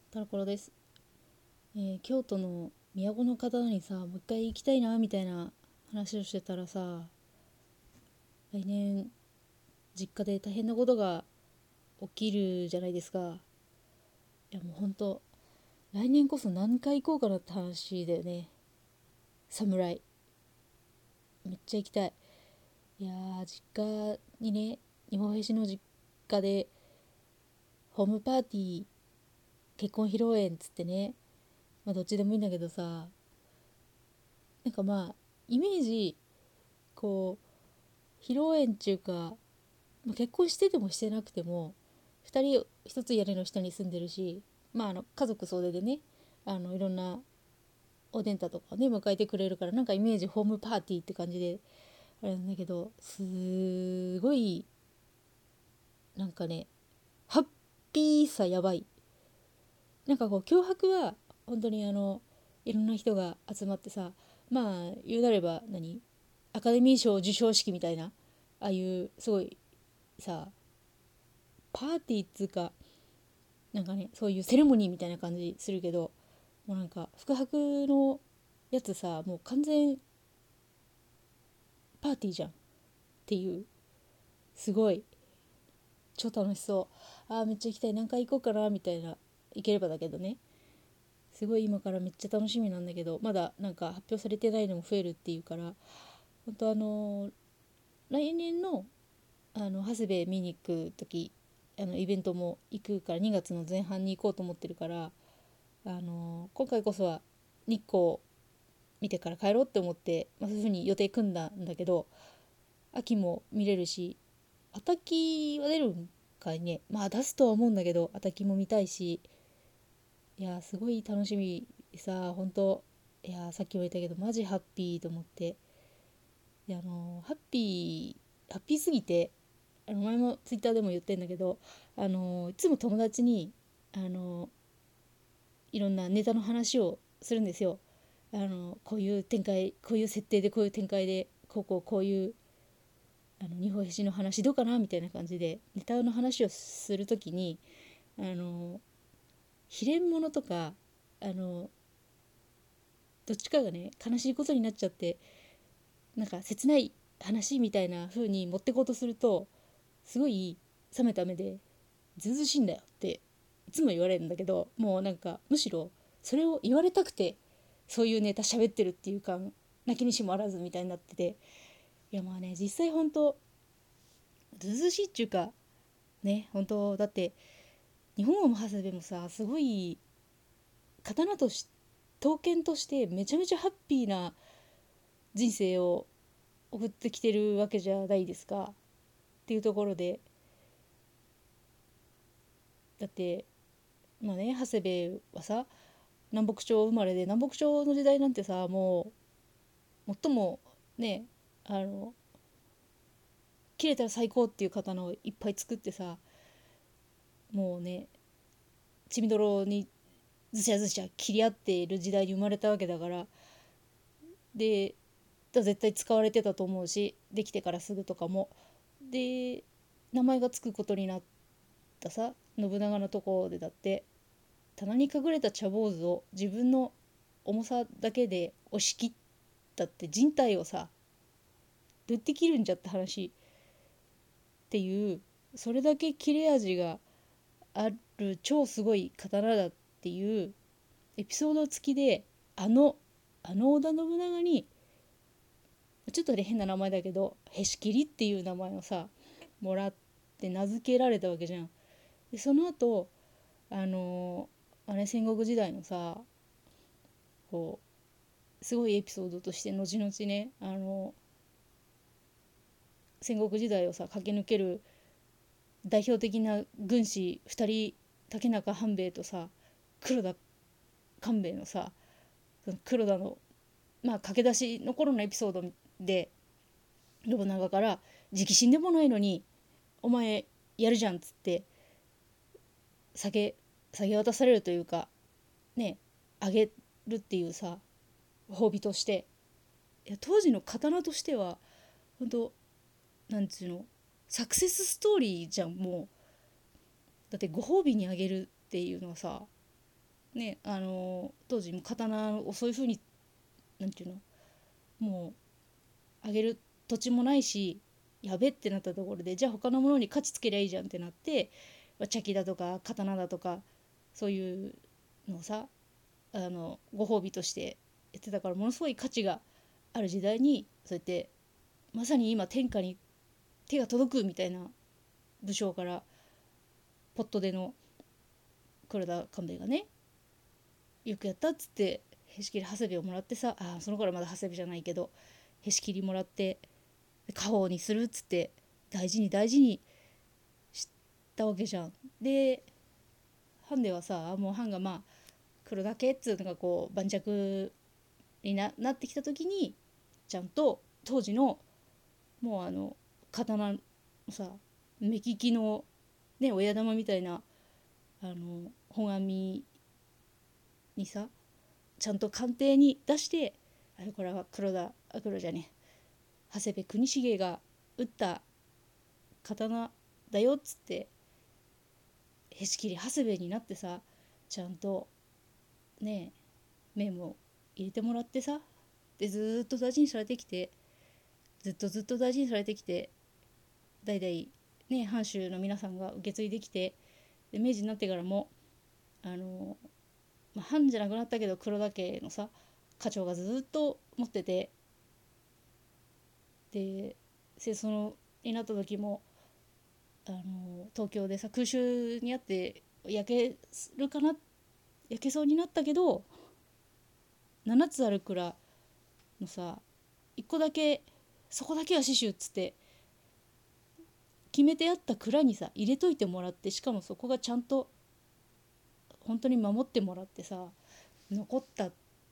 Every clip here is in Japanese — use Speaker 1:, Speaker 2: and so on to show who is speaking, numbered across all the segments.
Speaker 1: タラコロです。京都の都の方にさ、もう一回行きたいなみたいな話をしてたらさ、来年実家で大変なことが起きるじゃないですか。いやもうほんと、来年こそ何回行こうかなって話だよね。侍。めっちゃ行きたい。いや実家にね、日本平市の実家でホームパーティー、結婚披露宴っつってね、まあどっちでもいいんだけどさ、なんかまあ、イメージ、こう、披露宴っていうか、まあ結婚しててもしてなくても2人一つ屋根の下に住んでるし、家族総出でね、いろんなおでんたとかね迎えてくれるから、なんかイメージホームパーティーって感じであれなんだけど、すごいなんかね、ハッピーさやばい。なんかこう脅迫は本当にいろんな人が集まってさ、まあ言うなればアカデミー賞授賞式みたいな、ああいうすごいさ、パーティーっつうか、なんかね、そういうセレモニーみたいな感じするけど、もうなんか宿泊のやつさ、もう完全パーティーじゃんっていう、すごい超楽しそう。めっちゃ行きたい、何回行こうかなみたいな、行ければだけどね。すごい今からめっちゃ楽しみなんだけど、まだなんか発表されてないのも増えるっていうから、本当来年の長谷部見に行く時、イベントも行くから、2月の前半に行こうと思ってるから、今回こそは日光見てから帰ろうって思って、そういう風に予定組んだんだけど、秋も見れるし、あたきは出るんかいね。まあ出すとは思うんだけど、あたきも見たいし、いやすごい楽しみでさ、本当。いやさっきも言ったけどマジハッピーと思って。でハッピーすぎて、前もツイッターでも言ってんだけど、いつも友達にあのいろんなネタの話をするんですよ。こういう展開、こういう設定で、こういう展開で、こういう日本史の話どうかなみたいな感じでネタの話をするときに、あの秘伝物とか、あのどっちかがね悲しいことになっちゃって、なんか切ない話みたいな風に持ってこうとすると、すごい冷めた目でずうずうしいんだよっていつも言われるんだけど、もうなんかむしろそれを言われたくてそういうネタ喋ってるっていうか、泣きにしもあらずみたいになってて、いやまあね、実際本当ずうずうしいっていうかね、本当だって日本を長谷部もさ、すごい刀とし刀剣としてめちゃめちゃハッピーな人生を送ってきてるわけじゃないですかっていうところで、だってまあね、長谷部はさ、南北朝生まれで、南北朝の時代なんてさ、もう最もね、あの切れたら最高っていう刀をいっぱい作ってさ、もうね、血みどろにずしゃずしゃ切り合っている時代に生まれたわけだから、で絶対使われてたと思うし、できてからすぐとかも。で名前がつくことになったさ、信長のところでだって、棚に隠れた茶坊主を自分の重さだけで押し切ったって人体をさ、どうやって切るんじゃって話っていう、それだけ切れ味がある超すごい刀だっていうエピソード付きで、あの織田信長に、ちょっとね変な名前だけどへし切りっていう名前をさもらって名付けられたわけじゃん。でその後戦国時代のさ、こうすごいエピソードとして後々ね、戦国時代をさ駆け抜ける代表的な軍師2人、竹中半兵衛とさ黒田官兵衛のさ、その黒田の駆け出しの頃のエピソードで、信長から直臣でもないのにお前やるじゃんっつって下げ渡されるというかね、あげるっていうさ、褒美として、いや当時の刀としては本当、なんつうの、サクセスストーリーじゃん。もうだってご褒美にあげるっていうのはさ、 ね、当時も刀をそういう風になんていうの、もうあげる土地もないし、やべってなったところで、じゃあ他のものに価値つけりゃいいじゃんってなって、茶器だとか刀だとかそういうのをさ、ご褒美としてやってたから、ものすごい価値がある時代に、そうやってまさに今天下に手が届くみたいな武将からポットでの黒田官兵衛がね、よくやったっつってへし切り長谷部をもらってさ、その頃はまだ長谷部じゃないけど、へし切りもらって家宝にするっつって大事に大事にしたわけじゃん。でハンデはさ、もうハンが黒だけっつうのがこう盤石になってきた時に、ちゃんと当時のもう刀のさ、目利きのね親玉みたいな本阿弥にさ、ちゃんと鑑定に出して、これは黒じゃね長谷部国重が打った刀だよっつって、へし切り長谷部になってさ、ちゃんとね目も入れてもらってさ、でずっと大事にされてきて、ずっと大事にされてきて、代々ね藩主の皆さんが受け継いできて、で明治になってからも藩じゃなくなったけど黒田家のさ家長がずっと持ってて、で戦争になった時も東京でさ空襲にあって焼けそうになったけど、7つある蔵のさ1個だけ、そこだけは死守っつって決めてあった蔵にさ入れといてもらって、しかもそこがちゃんと本当に守ってもらってさ残った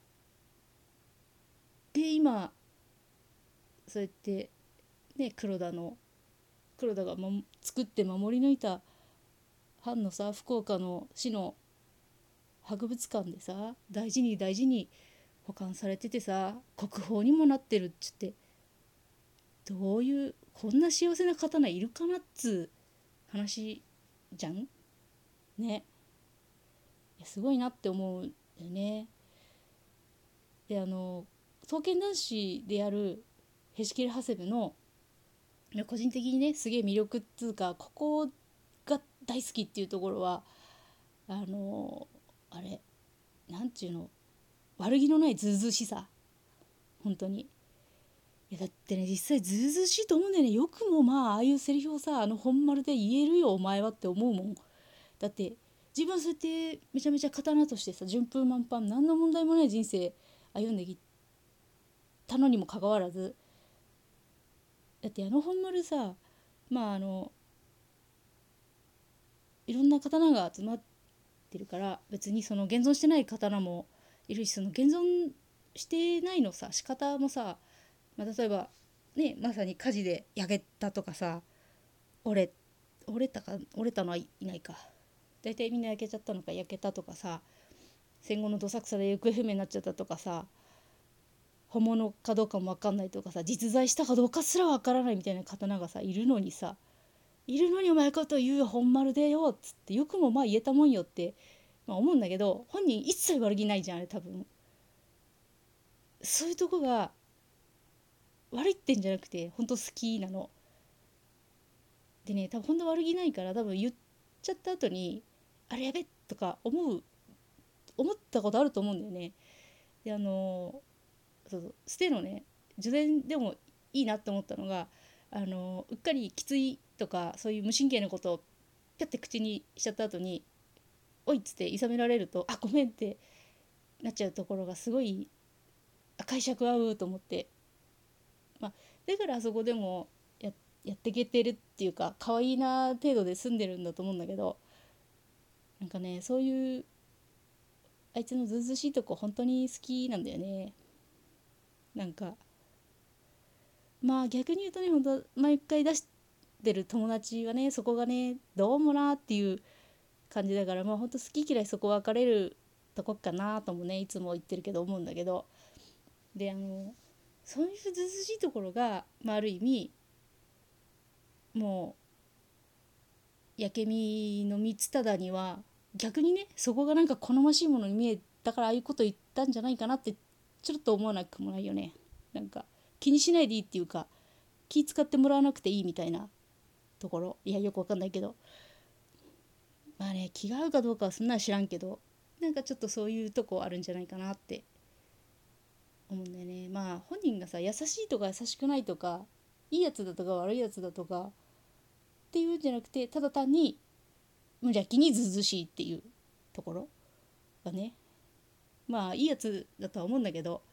Speaker 1: で、今そうやってね黒田が作って守り抜いた藩のさ福岡の市の博物館でさ大事に大事に保管されててさ、国宝にもなってるっつって、どういうこんな幸せな刀いるかなっつう話じゃんね。いやすごいなって思うんだよね。で刀剣男子であるへし切り長谷部の個人的にねすげえ魅力っつうか、ここが大好きっていうところは、あれなんちゅうの、悪気のないずうずうしさ、本当に。いやだってね、実際ずうずうしいと思うんだよね。よくもああいうセリフをさ本丸で言えるよお前はって思うもん。だって自分そうやってめちゃめちゃ刀としてさ順風満帆何の問題もない人生歩んできたのにもかかわらず、だって本丸さ、まあいろんな刀が集まってるから、別にその現存してない刀もいるし、その現存してないのさ仕方もさ、例えばねまさに火事で焼けたとかさ、折れ折れたのはいないか、大体みんな焼けちゃったのか焼けたとかさ、戦後のどさくさで行方不明になっちゃったとかさ、本物かどうかも分かんないとかさ、実在したかどうかすら分からないみたいな刀がさいるのにさ、いるのにお前こと言うよ本丸でよっつって、よくも言えたもんよって、思うんだけど、本人一切悪気ないじゃんあれ多分。そういうとこが悪いってんじゃなくて本当好きなのでね、多分本当悪気ないから、多分言っちゃった後にあれやべとか思ったことあると思うんだよね。でステのね受電でもいいなって思ったのが、うっかりきついとかそういう無神経なことをピャって口にしちゃった後においっつっていさめられると、ごめんってなっちゃうところがすごい解釈合うと思って、だからあそこでもやっていけてるっていうか可愛いな程度で済んでるんだと思うんだけど、なんかねそういうあいつのずうずうしいとこ本当に好きなんだよね。なんか逆に言うとね、本当毎回出してる友達はねそこがねどうもなっていう感じだから、本当好き嫌いそこ分かれるとこかなともねいつも言ってるけど思うんだけど、でそういうずうずうしいところが、ある意味もう焼け身の光忠には逆にねそこがなんか好ましいものに見えたからああいうこと言ったんじゃないかなってちょっと思わなくもないよね。なんか気にしないでいいっていうか気使ってもらわなくていいみたいなところ、いやよくわかんないけど、まあね気が合うかどうかはそんな知らんけど、なんかちょっとそういうとこあるんじゃないかなって思うんだよね。まあ本人がさ優しいとか優しくないとかいいやつだとか悪いやつだとかっていうんじゃなくて、ただ単に無邪気にずうずうしいっていうところがね、まあいいやつだとは思うんだけど、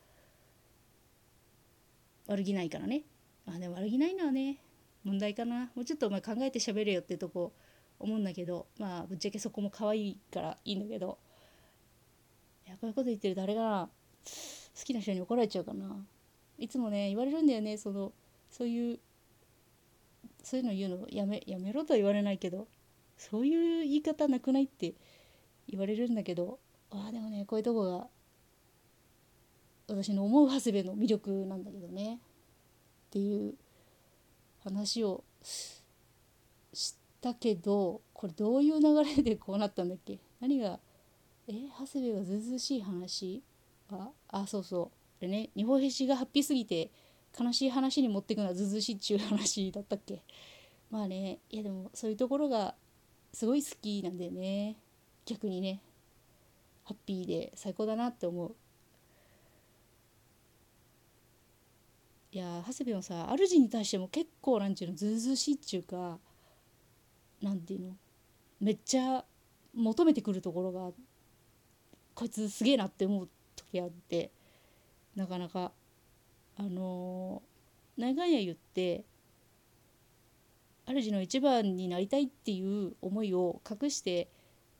Speaker 1: 悪気ないからね。あでも悪気ないのはね問題かな。もうちょっとお前考えて喋れよってとこ思うんだけど、まあぶっちゃけそこも可愛いからいいんだけど、いやこういうこと言ってる誰が好きな人に怒られちゃうかな。いつもね言われるんだよね、そういうそういうの言うのやめろとは言われないけど、そういう言い方なくないって言われるんだけど、でもねこういうとこが私の思う長谷部の魅力なんだけどねっていう話をしたけど、これどういう流れでこうなったんだっけ。何が長谷部がずうずうしい話そうそうでね、日本兵士がハッピーすぎて悲しい話に持っていくのはずうずうしいっちゅう話だったっけ。まあね、いやでもそういうところがすごい好きなんだよね。逆にねハッピーで最高だなって思う。いや長谷部もさ主に対しても結構なんちゅうのずうずうしいっちゅうか、なんていうの、めっちゃ求めてくるところがこいつすげえなって思う時あって、なかなか長いや言って主の一番になりたいっていう思いを隠して